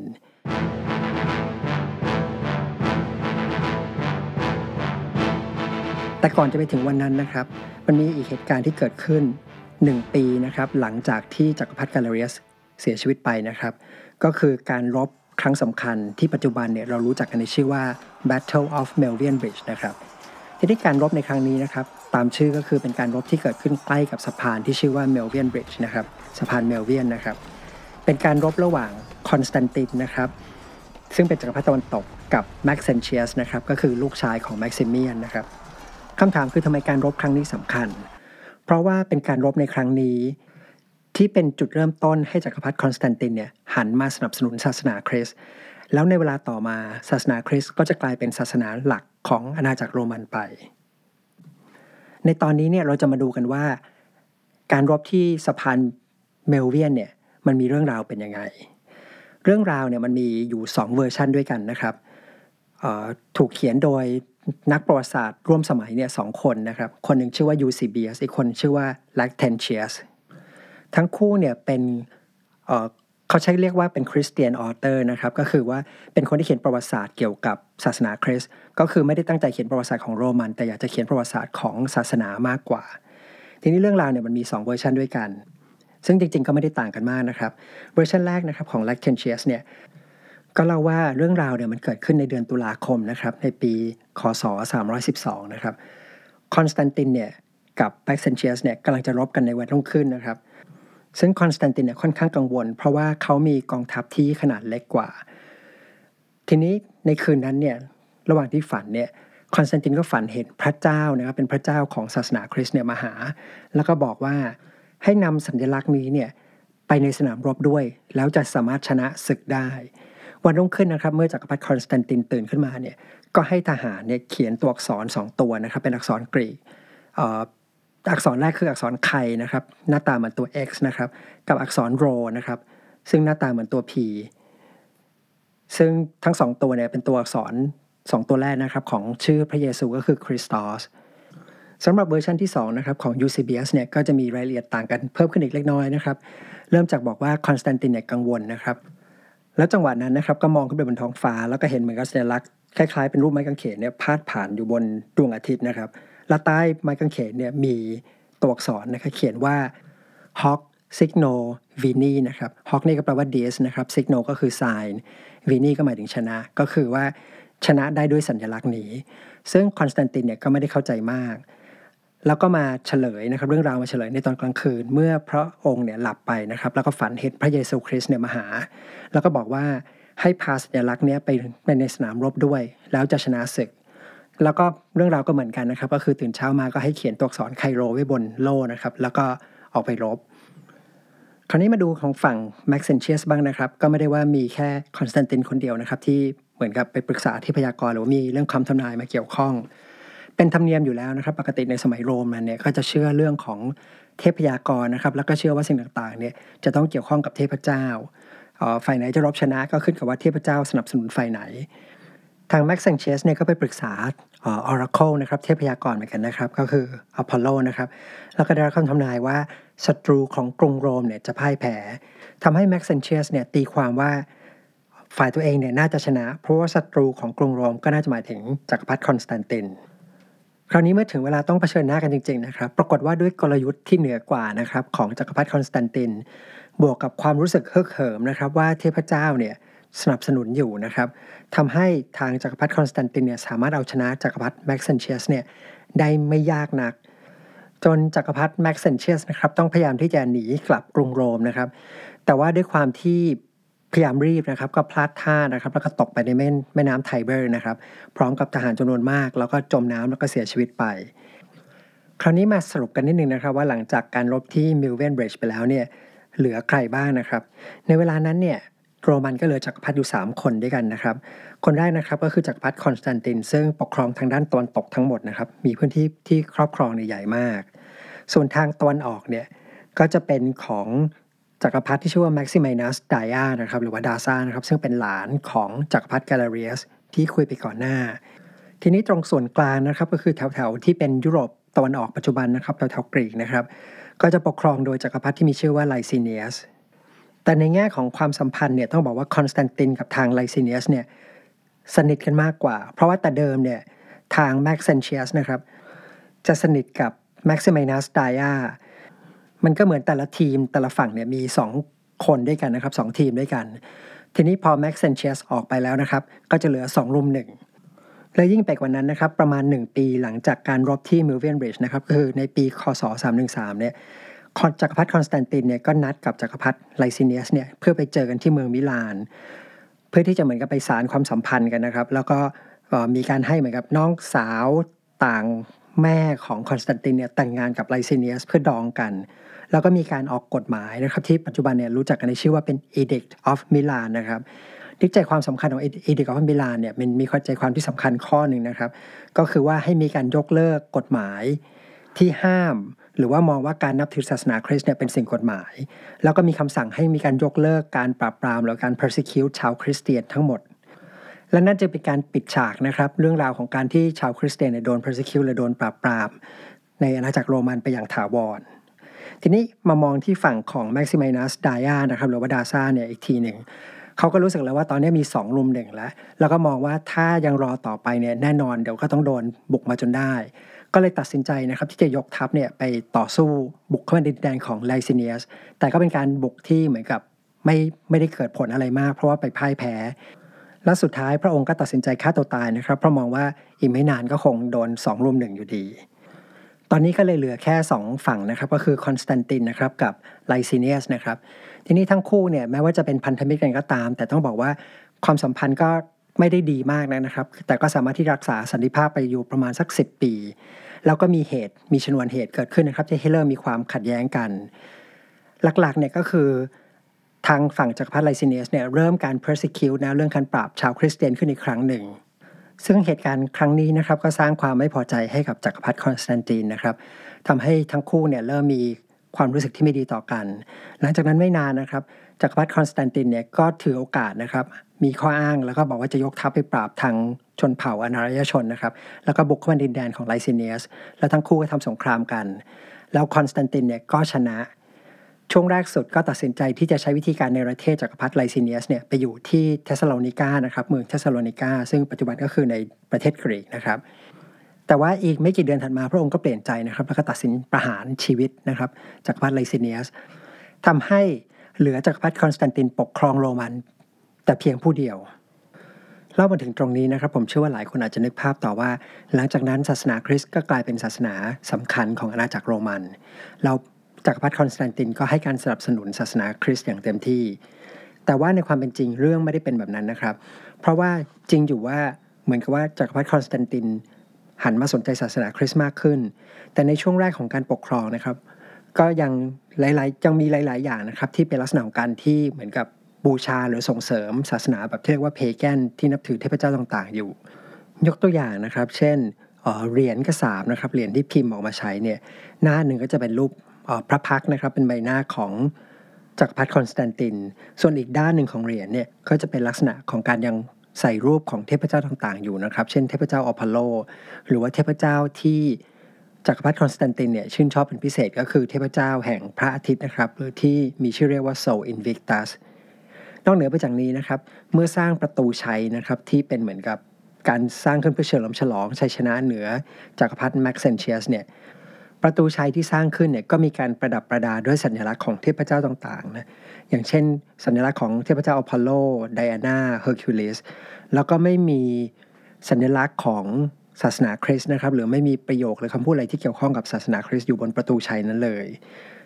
แต่ก่อนจะไปถึงวันนั้นนะครับมันมีอีกเหตุการณ์ที่เกิดขึ้นหนึ่งปีนะครับหลังจากที่จักรพรรดิกาลาเรียสเสียชีวิตไปนะครับก็คือการรบครั้งสำคัญที่ปัจจุบันเนี่ยเรารู้จักกันในชื่อว่า Battle of Milvian Bridge นะครับทีนี้การรบในครั้งนี้นะครับตามชื่อก็คือเป็นการรบที่เกิดขึ้นใกล้กับสะพานที่ชื่อว่า Milvian Bridge นะครับสะพานเมลเวียนนะครับเป็นการรบระหว่างคอนสแตนตินนะครับซึ่งเป็นจักรพรรดิตะวันตกกับแม็กเซนเชียสนะครับก็คือลูกชายของแม็กซิเมียนนะครับคำถามคือทำไมการรบครั้งนี้สำคัญเพราะว่าเป็นการรบในครั้งนี้ที่เป็นจุดเริ่มต้นให้จักรพรรดิคอนสแตนตินเนี่ยหันมาสนับสนุนศาสนาคริสต์แล้วในเวลาต่อมาศาสนาคริสต์ก็จะกลายเป็นศาสนาหลักของอาณาจักรโรมันไปในตอนนี้เนี่ยเราจะมาดูกันว่าการรบที่สะพานเมลเวียนเนี่ยมันมีเรื่องราวเป็นยังไงเรื่องราวเนี่ยมันมีอยู่สองเวอร์ชันด้วยกันนะครับถูกเขียนโดยนักประวัติศาสตร์ร่วมสมัยเนี่ยสองคนนะครับคนหนึ่งชื่อว่ายูซีเบียสอีกคนชื่อว่าแลคเทนเชียสทั้งคู่เนี่ยเป็นเอ่อเขาใช้เรียกว่าเป็นคริสเตียนออเตอร์นะครับก็คือว่าเป็นคนที่เขียนประวัติศาสตร์เกี่ยวกับศาสนาคริสต์ก็คือไม่ได้ตั้งใจเขียนประวัติศาสตร์ของโรมันแต่อยากจะเขียนประวัติศาสตร์ของศาสนามากกว่าทีนี้เรื่องราวเนี่ยมันมีสองเวอร์ชันด้วยกันซึ่งจริงๆก็ไม่ได้ต่างกันมากนะครับเวอร์ชันแรกนะครับของแลคเทนเชียสเนี่ยก็เล่าว่าเรื่องราวเนี่ยมันเกิดขึ้นในเดือนตุลาคมนะครับในปีคศสามร้อยสิบสองนะครับคอนสแตนตินเนี่ยกับแม็กเซนเชียสเนี่ยกำลังจะรบกันในวันรุ่งขึ้นนะครับซึ่งคอนสแตนตินเนี่ยค่อนข้างกังวลเพราะว่าเขามีกองทัพที่ขนาดเล็กกว่าทีนี้ในคืนนั้นเนี่ยระหว่างที่ฝันเนี่ยคอนสแตนตินก็ฝันเห็นพระเจ้านะครับเป็นพระเจ้าของศาสนาคริสต์เนี่ยมาหาแล้วก็บอกว่าให้นำสัญลักษณ์นี้เนี่ยไปในสนามรบด้วยแล้วจะสามารถชนะศึกได้วันรุ่งขึ้นนะครับเมื่อจักรพรรดิคอนสแตนตินตื่นขึ้นมาเนี่ยก็ให้ทหารเนี่ยเขียนตัวอักษรสองตัวนะครับเป็นอักษรกรีกอักษรแรกคืออักษรไคนะครับหน้าตาเหมือนตัว X นะครับกับอักษรโรนะครับซึ่งหน้าตาเหมือนตัว P ซึ่งทั้งสองตัวเนี่ยเป็นตัวอักษรสองตัวแรกนะครับของชื่อพระเยซูก็คือคริสตอสสำหรับเวอร์ชันที่สองนะครับของ ยู ซี บี เอส เนี่ยก็จะมีรายละเอียดต่างกันเพิ่มขึ้นอีกเล็กน้อยนะครับเริ่มจากบอกว่าคอนสแตนตินเนี่ยกังวลนะครับแล้วจังหวะนั้นนะครับก็มองขึ้นไปบนท้องฟ้าแล้วก็เห็นเหมือนกับสัญลักษณ์คล้ายๆเป็นรูปไม้กางเขนเนี่ยพาดผ่านอยู่บนดวงอาทิตย์นะครับและใต้ไม้กางเขนเนี่ยมีตัวอักษรนะครับเขียนว่า Hoc Signo Vini นะครับ Hoc นี่ก็แปลว่า Dis นะครับ Signo ก็คือ sign Vini ก็หมายถึงชนะก็คือว่าชนะได้ด้วยสัญลักษณ์นี้ซึ่งคอนสแตนตินเนี่ยก็ไม่ได้เข้าใจมากแล้วก็มาเฉลยนะครับเรื่องราวมาเฉลยในตอนกลางคืนเมื่อพระองค์เนี่ยหลับไปนะครับแล้วก็ฝันเห็นพระเยซูคริสต์เนี่ยมาหาแล้วก็บอกว่าให้พาสัญลักษณ์เนี้ยไปในสนามรบด้วยแล้วจะชนะศึกแล้วก็เรื่องราวก็เหมือนกันนะครับก็คือตื่นเช้ามาก็ให้เขียนตัวอักษรไคโรไว้บนโล่นะครับแล้วก็ออกไปรบคราวนี้มาดูของฝั่งแม็กเซนเชียสบ้างนะครับก็ไม่ได้ว่ามีแค่คอนสแตนตินคนเดียวนะครับที่เหมือนกับไปปรึกษาที่พยากรณ์หรือว่ามีเรื่องคำทำนายมาเกี่ยวข้องเป็นธรรมเนียมอยู่แล้วนะครับปกติในสมัยโรมันเนี่ยก็จะเชื่อเรื่องของเทพยากรณ์นะครับแล้วก็เชื่อว่าสิ่งต่างๆเนี่ยจะต้องเกี่ยวข้องกับเทพเจ้าฝ่ายไหนจะรบชนะก็ขึ้นกับว่าเทพเจ้าสนับสนุนฝ่ายไหนทางแม็กเซนเชียสเนี่ยก็ไปปรึกษาออราเคิลนะครับเทพยากรณ์เหมือนกันนะครับก็คืออพอลโลนะครับแล้วก็ได้รับคำทำนายว่าศัตรูของกรุงโรมเนี่ยจะพ่ายแพ้ทำให้แม็กเซนเชียสเนี่ยตีความว่าฝ่ายตัวเองเนี่ยน่าจะชนะเพราะว่าศัตรูของกรุงโรมก็น่าจะหมายถึงจักรพรรดิคอนสแตนตินคราวนี้เมื่อถึงเวลาต้องเผชิญหน้ากันจริงๆนะครับปรากฏว่าด้วยกลยุทธ์ที่เหนือกว่านะครับของจักรพรรดิคอนสแตนตินบวกกับความรู้สึกฮึกเหิมนะครับว่าเทพเจ้าเนี่ยสนับสนุนอยู่นะครับทำให้ทางจักรพรรดิคอนสแตนตินเนี่ยสามารถเอาชนะจักรพรรดิแม็กเซนเชียสเนี่ยได้ไม่ยากนักจนจักรพรรดิแม็กเซนเชียสนะครับต้องพยายามที่จะหนีกลับกรุงโรมนะครับแต่ว่าด้วยความที่พยายามรีบนะครับก็พลาดท่านะครับแล้วก็ตกไปในแม่แม่น้ำไทเบอร์นะครับพร้อมกับทหารจำนวนมากแล้วก็จมน้ำแล้วก็เสียชีวิตไปคราวนี้มาสรุปกันนิดนึงนะครับว่าหลังจากการรบที่มิลเวนบริดจ์ไปแล้วเนี่ยเหลือใครบ้างนะครับในเวลานั้นเนี่ยโรมันก็เหลือจักรพรรดิอยู่สามคนด้วยกันนะครับคนแรกนะครับก็คือจักรพรรดิคอนสแตนตินซึ่งปกครองทางด้านตะวันตกทั้งหมดนะครับมีพื้นที่ที่ครอบครองใหญ่มากส่วนทางตะวันออกเนี่ยก็จะเป็นของจักรพรรดิที่ชื่อว่าแม็กซิมินัสไดอานะครับหรือว่าดาซานะครับซึ่งเป็นหลานของจักรพรรดิแกลาเรียสที่คุยไปก่อนหน้าทีนี้ตรงส่วนกลางนะครับก็คือแถวๆที่เป็นยุโรปตะวันออกปัจจุบันนะครับแถวๆกรีกนะครับก็จะปกครองโดยจักรพรรดิที่มีชื่อว่าไลซีเนียสแต่ในแง่ของความสัมพันธ์เนี่ยต้องบอกว่าคอนสแตนตินกับทางไลซีเนียสเนี่ยสนิทกันมากกว่าเพราะว่าแต่เดิมเนี่ยทางแม็กเซนเชียสนะครับจะสนิทกับแม็กซิมินัสไดอามันก็เหมือนแต่ละทีมแต่ละฝั่งเนี่ยมีสองคนด้วยกันนะครับสองทีมด้วยกันทีนี้พอแม็กเซนเชียสออกไปแล้วนะครับก็จะเหลือสองรุมหนึ่งและยิ่งไปกว่านั้นนะครับประมาณหนึ่งปีหลังจากการรบที่มิลเวนบริดจ์นะครับคือในปีคศสามหนึ่งสามเนี่ยจักรพรรดิคอนสแตนตินเนี่ยก็นัดกับจักรพรรดิไลซีเนียสเนี่ยเพื่อไปเจอกันที่เมืองมิลานเพื่อที่จะเหมือนกับไปสานความสัมพันธ์กันนะครับแล้วก็มีการให้เหมือนกับน้องสาวต่างแม่ของคอนสแตนตินเนี่ยแต่งงานกับไลซีเนียสเพื่อดองกันแล้วก็มีการออกกฎหมายนะครับที่ปัจจุบันเนี่ยรู้จักกันในชื่อว่าเป็น Edict of Milan นะครับที่ใจความสำคัญของ Edict of Milan เนี่ยมันมีใจความที่สำคัญข้อหนึ่งนะครับก็คือว่าให้มีการยกเลิกกฎหมายที่ห้ามหรือว่ามองว่าการนับถือศาสนาคริสต์เนี่ยเป็นสิ่งกฎหมายแล้วก็มีคำสั่งให้มีการยกเลิกการปราบปรามหรือการ persecute ชาวคริสเตียนทั้งหมดและนั่นจะเป็นการปิดฉากนะครับเรื่องราวของการที่ชาวคริสเตียนเนี่ยโดน persecute หรือโดนปราบปรามในอาณาจักรโรมันไปอย่างถาวรทีนี้มามองที่ฝั่งของแม็กซิมินัสไดอานะครับหรือว่าดาซาเนี่ยอีกทีหนึ่งเขาก็รู้สึกแล้วว่าตอนนี้มีสองรุมหนึ่งแล้วแล้วก็มองว่าถ้ายังรอต่อไปเนี่ยแน่นอนเดี๋ยวก็ต้องโดนบุกมาจนได้ก็เลยตัดสินใจนะครับที่จะยกทัพเนี่ยไปต่อสู้บุกเข้ามาในดินแดนของไลซีเนียสแต่ก็เป็นการบุกที่เหมือนกับไม่ไม่ได้เกิดผลอะไรมากเพราะว่าไปพ่ายแพ้และสุดท้ายพระองค์ก็ตัดสินใจฆ่าตัวตายนะครับเพราะมองว่าอีกไม่นานก็คงโดนสองรุมหนึ่งอยู่ดีตอนนี้ก็เลยเหลือแค่สองฝั่งนะครับก็คือคอนสแตนตินนะครับกับไลซีเนียสนะครับทีนี้ทั้งคู่เนี่ยแม้ว่าจะเป็นพันธมิตรกันก็ตามแต่ต้องบอกว่าความสัมพันธ์ก็ไม่ได้ดีมากนะครับแต่ก็สามารถที่รักษาสันติภาพไปอยู่ประมาณสักสิบปีแล้วก็มีเหตุมีชนวนเหตุเกิดขึ้นนะครับที่ให้เริ่มมีความขัดแย้งกันหลักๆเนี่ยก็คือทางฝั่งจักรพรรดิไลซีเนียสเนี่ยเริ่มการ persecute นะเรื่องการปราบชาวคริสเตียนขึ้นอีกครั้งหนึ่งซึ่งเหตุการณ์ครั้งนี้นะครับก็สร้างความไม่พอใจให้กับจักรพรรดิคอนสแตนตินนะครับทำให้ทั้งคู่เนี่ยเริ่มมีความรู้สึกที่ไม่ดีต่อกันหลังจากนั้นไม่นานนะครับจักรพรรดิคอนสแตนตินเนี่ยก็ถือโอกาสนะครับมีข้ออ้างแล้วก็บอกว่าจะยกทัพไปปราบทางชนเผ่าอนารัยชนนะครับแล้วก็บุกเข้ามาดินแดนของไลซีเนียสแล้วทั้งคู่ก็ทำสงครามกันแล้วคอนสแตนตินเนี่ยก็ชนะช่วงแรกสุดก็ตัดสินใจที่จะใช้วิธีการในประเทศจักรพรรดิไลซีเนียสเนี่ยไปอยู่ที่เทสซาโลนิกานะครับเมืองเทสซาโลนิกาซึ่งปัจจุบันก็คือในประเทศกรีกนะครับแต่ว่าอีกไม่กี่เดือนถัดมาพระองค์ก็เปลี่ยนใจนะครับแล้วก็ตัดสินประหารชีวิตนะครับจักรพรรดิไลซีเนียสทำให้เหลือจักรพรรดิคอนสแตนตินปกครองโรมันแต่เพียงผู้เดียวเล่ามาถึงตรงนี้นะครับผมเชื่อว่าหลายคนอาจจะนึกภาพต่อว่าหลังจากนั้นศาสนาคริสต์ก็กลายเป็นศาสนาสำคัญของอาณาจักรโรมันเราจักรพรรดิคอนสแตนตินก็ให้การสนับสนุนศาสนาคริสต์อย่างเต็มที่แต่ว่าในความเป็นจริงเรื่องไม่ได้เป็นแบบนั้นนะครับเพราะว่าจริงอยู่ว่าเหมือนกับว่าจักรพรรดิคอนสแตนตินหันมาสนใจศาสนาคริสต์มากขึ้นแต่ในช่วงแรกของการปกครองนะครับก็ยังหลายๆยังมีหลายๆอย่างนะครับที่เป็นลักษณะของการที่เหมือนกับบูชาหรือส่งเสริมศาสนาแบบที่เรียกว่าเพแกนที่นับถือเทพเจ้าต่างๆอยู่ยกตัวอย่างนะครับเช่นเหรียญกระสาบนะครับเหรียญที่พิมพ์ออกมาใช้เนี่ยหน้าหนึ่งก็จะเป็นรูปพระพักตร์นะครับเป็นใบหน้าของจักรพรรดิคอนสแตนตินส่วนอีกด้านหนึ่งของเหรียญเนี่ยก็จะเป็นลักษณะของการยังใส่รูปของเทพเจ้าต่างๆอยู่นะครับเช่นเทพเจ้าอพอลโลหรือว่าเทพเจ้าที่จักรพรรดิคอนสแตนตินเนี่ยชื่นชอบเป็นพิเศษก็คือเทพเจ้าแห่งพระอาทิตย์นะครับหรือที่มีชื่อเรียกว่า Sol Invictus นอกเหนือไปจากนี้นะครับเมื่อสร้างประตูชัยนะครับที่เป็นเหมือนกับการสร้างขึ้นเพื่อเฉลิมฉลองชัยชนะเหนือจักรพรรดิแม็กเซนเชียสเนี่ยประตูชัยที่สร้างขึ้นเนี่ยก็มีการประดับประดาด้วยสัญลักษณ์ของเทพเจ้าต่างๆนะอย่างเช่นสัญลักษณ์ของเทพเจ้าอพอลโลไดอานาเฮอร์คิวลิสแล้วก็ไม่มีสัญลักษณ์ของศาสนาคริสต์นะครับหรือไม่มีประโยคหรือคำพูดอะไรที่เกี่ยวข้องกับศาสนาคริสต์อยู่บนประตูชัยนั้นเลย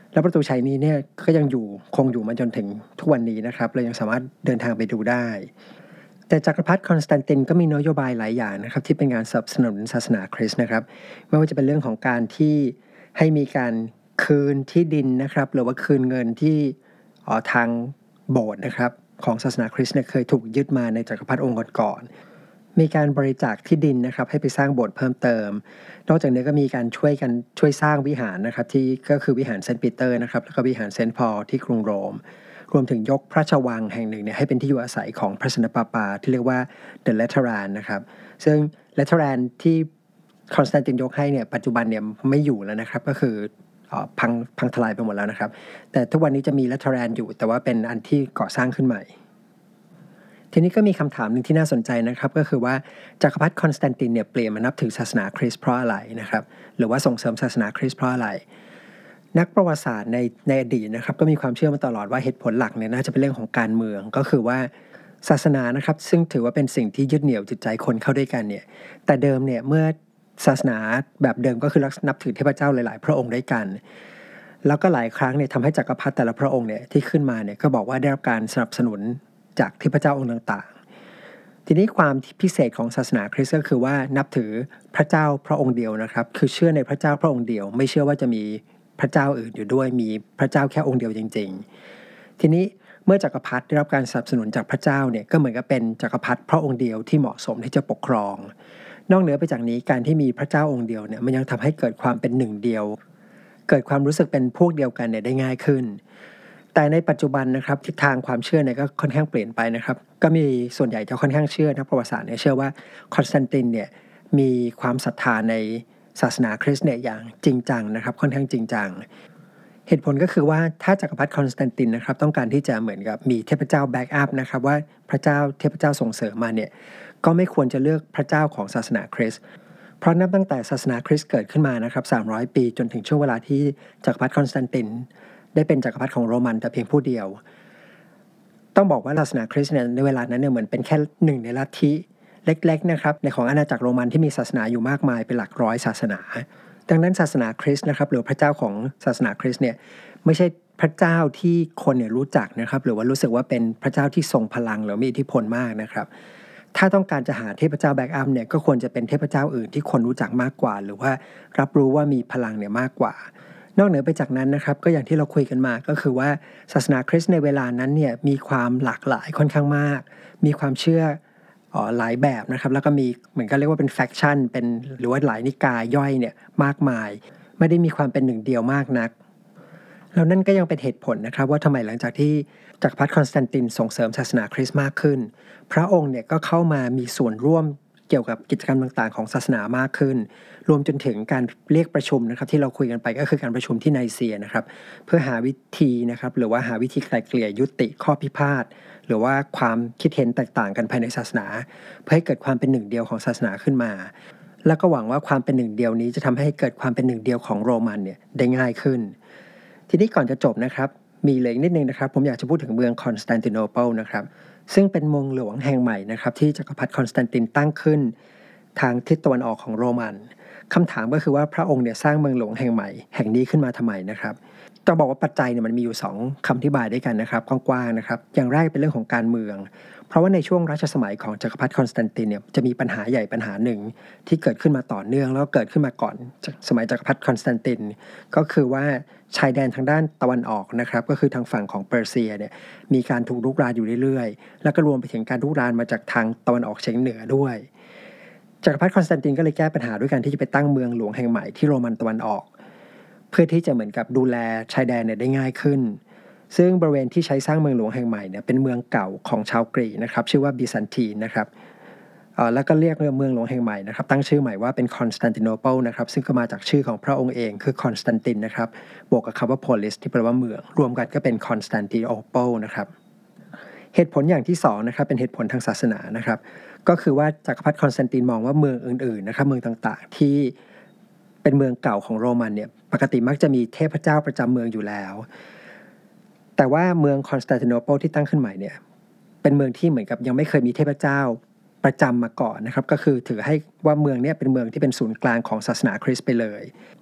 แล้วประตูชัยนี้เนี่ยก็ยังอยู่คงอยู่มาจนถึงทุกวันนี้นะครับเรายังสามารถเดินทางไปดูได้แต่จักรพรรดิคอนสแตนตินก็มีนโยบายหลายอย่างนะครับที่เป็นงานสนับสนุนศาสนาคริสต์นะครับไม่ว่าจะเป็นเรื่องของการที่ให้มีการคืนที่ดินนะครับหรือว่าคืนเงินที่ทางโบสถ์นะครับของศาสนาคริสต์เนี่ยเคยถูกยึดมาในจักรพรรดิองค์ก่อนๆมีการบริจาคที่ดินนะครับให้ไปสร้างโบสถ์เพิ่มเติมนอกจากนี้ก็มีการช่วยกันช่วยสร้างวิหารนะครับที่ก็คือวิหารเซนต์ปีเตอร์นะครับแล้วก็วิหารเซนต์พอลที่กรุงโรมรวมถึงยกพระราชวังแห่งหนึ่งเนี่ยให้เป็นที่อยู่อาศัยของพระสันตะปาปาที่เรียกว่า The Lateran นะครับซึ่ง Lateran ที่คอนสแตนตินยกให้เนี่ยปัจจุบันเนี่ยไม่อยู่แล้วนะครับก็คือพังพังทลายไปหมดแล้วนะครับแต่ทุกวันนี้จะมี Lateran อยู่แต่ว่าเป็นอันที่ก่อสร้างขึ้นใหม่ทีนี้ก็มีคำถามหนึ่งที่น่าสนใจนะครับก็คือว่าจักรพรรดิคอนสแตนตินเนี่ยเปลี่ยนมานับถือศาสนาคริสต์เพราะอะไรนะครับหรือว่าส่งเสริมศาสนาคริสต์เพราะอะไรนักประวัติศาสตร์ในในอดีตนะครับก็มีความเชื่อมาตลอดว่าเหตุผลหลักเนี่ยน่าจะเป็นเรื่องของการเมืองก็คือว่าศาสนานะครับซึ่งถือว่าเป็นสิ่งที่ยึดเหนี่ยวจิตใจคนเข้าด้วยกันเนี่ยแต่เดิมเนี่ยเมื่อศาสนาแบบเดิมก็คือนับถือเทพเจ้าหลายๆพระองค์ด้วยกันแล้วก็หลายครั้งเนี่ยทำให้จักรพรรดิแต่ละพระองค์เนี่ยที่ขึ้นมาเนี่ยก็บอกว่าได้รับการสนับสนุนจากเทพเจ้าองค์ต่างๆทีนี้ความพิเศษของศาสนาคริสต์ก็คือว่านับถือพระเจ้าพระองค์เดียวนะครับคือเชื่อในพระเจ้าพระองค์เดียวไม่เชื่อว่าจะมีพระเจ้าอื่นอยู่ด้วยมีพระเจ้าแค่องค์เดียวจริงๆทีนี้เมื่อจักรพรรดิได้รับการสนับสนุนจากพระเจ้าเนี่ยก็เหมือนกับเป็นจักรพรรดิพระองค์เดียวที่เหมาะสมที่จะปกครองนอกเหนือไปจากนี้การที่มีพระเจ้าองค์เดียวเนี่ยมันยังทำให้เกิดความเป็นหนึ่งเดียวเกิดความรู้สึกเป็นพวกเดียวกันเนี่ยได้ง่ายขึ้นแต่ในปัจจุบันนะครับทิศทางความเชื่อเนี่ยก็ค่อนข้างเปลี่ยนไปนะครับก็มีส่วนใหญ่จะค่อนข้างเชื่อนักประวัติศาสตร์เนี่ยเชื่อว่าคอนสแตนตินเนี่ยมีความศรัทธาในศาสนาคริสต์เนี่ยอย่างจริงจังนะครับค่อนข้างจริงจังเหตุผลก็คือว่าถ้าจักรพรรดิคอนสแตนตินนะครับต้องการที่จะเหมือนกับมีเทพเจ้าแบ็กอัพนะครับว่าพระเจ้าเทพเจ้าส่งเสริมมาเนี่ยก็ไม่ควรจะเลือกพระเจ้าของศาสนาคริสต์เพราะนับตั้งแต่ศาสนาคริสต์เกิดขึ้นมานะครับสามร้อยปีจนถึงช่วงเวลาที่จักรพรรดิคอนสแตนตินได้เป็นจักรพรรดิของโรมันแต่เพียงผู้เดียวต้องบอกว่าศาสนาคริสต์เนี่ยในเวลานั้นเนี่ยเหมือนเป็นแค่หนึ่งในลัทธิเล็กๆนะครับในของอาณาจักรโรมันที่มีศาสนาอยู่มากมายเป็นหลักร้อยศาสนาดังนั้นศาสนาคริสต์นะครับหรือพระเจ้าของศาสนาคริสต์เนี่ยไม่ใช่พระเจ้าที่คนเนี่ยรู้จักนะครับหรือว่ารู้สึกว่าเป็นพระเจ้าที่ทรงพลังหรือมีอิทธิพลมากนะครับถ้าต้องการจะหาเทพเจ้าแบ็กอัพเนี่ยก็ควรจะเป็นเทพเจ้าอื่นที่คนรู้จักมากกว่าหรือว่ารับรู้ว่ามีพลังเนี่ยมากกว่านอกเหนือไปจากนั้นนะครับก็อย่างที่เราคุยกันมาก็คือว่าศาสนาคริสต์ในเวลานั้นเนี่ยมีความหลากหลายค่อนข้างมากมีความเชื่ออ๋อหลายแบบนะครับแล้วก็มีเหมือนกันเรียกว่าเป็นแฟคชั่นเป็นหรือว่าหลายนิกายย่อยเนี่ยมากมายไม่ได้มีความเป็นหนึ่งเดียวมากนักแล้วนั่นก็ยังเป็นเหตุผลนะครับว่าทำไมหลังจากที่จักรพรรดิคอนสแตนตินส่งเสริมศาสนาคริสต์มากขึ้นพระองค์เนี่ยก็เข้ามามีส่วนร่วมเกี่ยวกับกิจกรรมต่างๆของศาสนามากขึ้นรวมจนถึงการเรียกประชุมนะครับที่เราคุยกันไปก็คือการประชุมที่ไนเซียนะครับเพื่อหาวิธีนะครับหรือว่าหาวิธีไกล่เกลี่ยยุติข้อพิพาทหรือว่าความคิดเห็นแตกต่างกันภายในศาสนาเพื่อให้เกิดความเป็นหนึ่งเดียวของศาสนาขึ้นมาแล้วก็หวังว่าความเป็นหนึ่งเดียวนี้จะทำให้เกิดความเป็นหนึ่งเดียวของโรมันเนี่ยได้ง่ายขึ้นทีนี้ก่อนจะจบนะครับมีเหลืออีกนิดนึงนะครับผมอยากจะพูดถึงเมืองคอนสแตนติโนเปิลนะครับซึ่งเป็นเมืองหลวงแห่งใหม่นะครับที่จักรพรรดิคอนสแตนตินตั้งขึ้นทางทิศตะวันออกของโรมันคำถามก็คือว่าพระองค์เนี่ยสร้างเมืองหลวงแห่งใหม่แห่งนี้ขึ้นมาทำไมนะครับต้องบอกว่าปัจจัยเนี่ยมันมีอยู่สองคำอธิบายด้วยกันนะครับกว้างๆนะครับอย่างแรกเป็นเรื่องของการเมืองเพราะว่าในช่วงรัชสมัยของจักรพรรดิคอนสแตนตินเนี่ยจะมีปัญหาใหญ่ปัญหาหนึ่งที่เกิดขึ้นมาต่อเนื่องแล้วก็เกิดขึ้นมาก่อนสมัยจักรพรรดิคอนสแตนตินก็คือว่าชายแดนทางด้านตะวันออกนะครับก็คือทางฝั่งของเปอร์เซียเนี่ยมีการถูกรุกรานอยู่เรื่อยๆแล้วก็รวมไปถึงการรุกรานมาจากทางตะวันออกเฉียงเหนือด้วยจักรพรรดิคอนสแตนตินก็เลยแก้ปัญหาด้วยการที่จะไปตั้งเมืองหลวงแห่งใหม่ที่โรมันตะวันออกเพื่อที่จะเหมือนกับดูแลชายแดนเนี่ยได้ง่ายขึ้นซึ่งบริเวณที่ใช้สร้างเมืองหลวงแห่งใหม่เนี่ยเป็นเมืองเก่าของชาวกรีกนะครับชื่อว่าบิซันทีนนะครับแล้วก็เรียกเมืองหลวงแห่งใหม่นะครับตั้งชื่อใหม่ว่าเป็นคอนสแตนติโนเปิลนะครับซึ่งก็มาจากชื่อของพระองค์เองคือคอนสแตนตินนะครับบวกกับคำว่าโพลิสที่แปลว่าเมืองรวมกันก็เป็นคอนสแตนติโนเปิลนะครับเหตุผลอย่างที่สองนะครับเป็นเหตุผลทางศาสนานะครับก็คือว่าจักรพรรดิคอนสแตนตินมองว่าเมืองอื่นๆนะครับเมืองต่างๆที่เป็นเมืองเก่าของโรมันเนี่ยปกติมักจะมีเทพเจ้าประจำเมืองอยู่แล้วแต่ว่าเมืองคอนสแตนติโนเปิลที่ตั้งขึ้นใหม่เนี่ยเป็นเมืองที่เหมือนกับยังไม่เคยมีเทพเจ้าประจำมาก่อนนะครับก็คือถือให้ว่าเมืองนี้เป็นเมืองที่เป็นศูนย์กลางของศาสนาคริสต์ไปเลย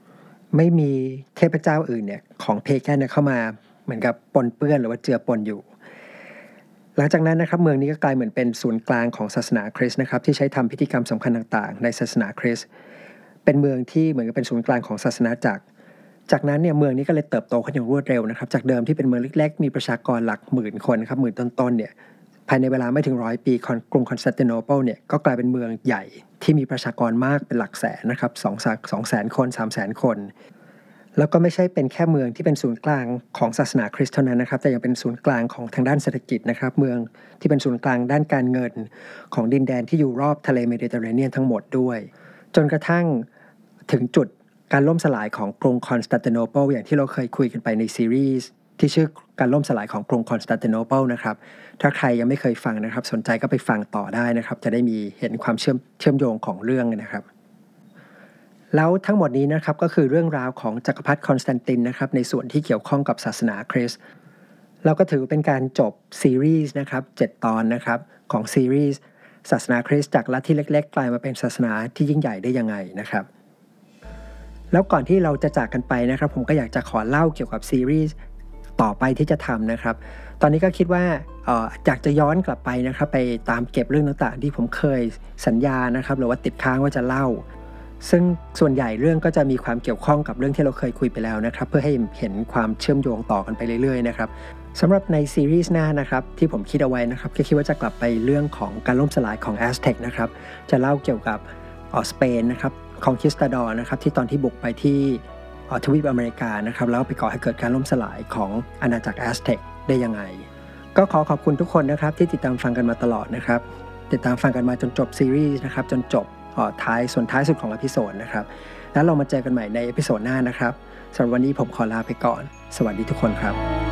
ไม่มีเทพเจ้าอื่นเนี่ยของเพแกนเนี่ยเข้ามาเหมือนกับปนเปื้อนหรือว่าเจือปนอยู่หลังจากนั้นนะครับเมืองนี้ก็กลายเหมือนเป็นศูนย์กลางของศาสนาคริสต์นะครับที่ใช้ทำพิธีกรรมสำคัญต่างๆในศาสนาคริสต์เป็นเมืองที่เหมือนกับเป็นศูนย์กลางของศาสนาจักรจากนั้นเนี่ยเมืองนี้ก็เลยเติบโตขึ้นอย่างรวดเร็วนะครับจากเดิมที่เป็นเมืองเล็กๆมีประชากรหลักหมื่นคนครับหมื่นต้นๆเนี่ยภายในเวลาไม่ถึงร้อยปีกรุงคอนสแตนติโนเปิลเนี่ยก็กลายเป็นเมืองใหญ่ที่มีประชากรมากเป็นหลักแสนนะครับสองสองแสนคนสามแสนคนแล้วก็ไม่ใช่เป็นแค่เมืองที่เป็นศูนย์กลางของศาสนาคริสต์เท่านั้นนะครับแต่ยังเป็นศูนย์กลางของทางด้านเศรษฐกิจนะครับเมืองที่เป็นศูนย์กลางด้านการเงินของดินแดนที่อยู่รอบทะเลเมดิเตอร์เรเนียนทั้งหมดด้วยจนกระทั่งถึงจุดการล่มสลายของกรุงคอนสแตนติโนเปิลอย่างที่เราเคยคุยกันไปในซีรีส์ที่ชื่อการล่มสลายของกรุงคอนสแตนติโนเปิลนะครับถ้าใครยังไม่เคยฟังนะครับสนใจก็ไปฟังต่อได้นะครับจะได้มีเห็นความเชื่อมเชื่อมโยงของเรื่องนะครับแล้วทั้งหมดนี้นะครับก็คือเรื่องราวของจักรพรรดิคอนสแตนตินนะครับในส่วนที่เกี่ยวข้องกับศาสนาคริสต์เราก็ถือเป็นการจบซีรีส์นะครับเจ็ดตอนนะครับของซีรีส์ศาสนาคริสต์จากลัทธิเล็กๆกลายมาเป็นศาสนาที่ยิ่งใหญ่ได้ยังไงนะครับแล้วก่อนที่เราจะจากกันไปนะครับผมก็อยากจะขอเล่าเกี่ยวกับซีรีส์ต่อไปที่จะทำนะครับตอนนี้ก็คิดว่าเอ่ออยากจะย้อนกลับไปนะครับไปตามเก็บเรื่องต่างๆที่ผมเคยสัญญานะครับหรือว่าติดค้างว่าจะเล่าซึ่งส่วนใหญ่เรื่องก็จะมีความเกี่ยวข้องกับเรื่องที่เราเคยคุยไปแล้วนะครับเพื่อให้เห็นความเชื่อมโยงต่อกันไปเรื่อยๆนะครับสำหรับในซีรีส์หน้านะครับที่ผมคิดเอาไว้นะครับก็คิดว่าจะกลับไปเรื่องของการล่มสลายของแอสเท็กนะครับจะเล่าเกี่ยวกับออสเปนนะครับของคิสตาดอร์นะครับที่ตอนที่บุกไปที่ทวีปอเมริกานะครับแล้วไปก่อให้เกิดการล่มสลายของอาณาจักรแอสเท็กได้ยังไงก็ขอขอบคุณทุกคนนะครับที่ติดตามฟังกันมาตลอดนะครับติดตามฟังกันมาจนจบซีรีส์นะครับจนจบท้ายส่วนท้ายสุดของเอพิโซดนะครับแล้วเรามาเจอกันใหม่ในเอพิโซดหน้านะครับสำหรับวันนี้ผมขอลาไปก่อนสวัสดีทุกคนครับ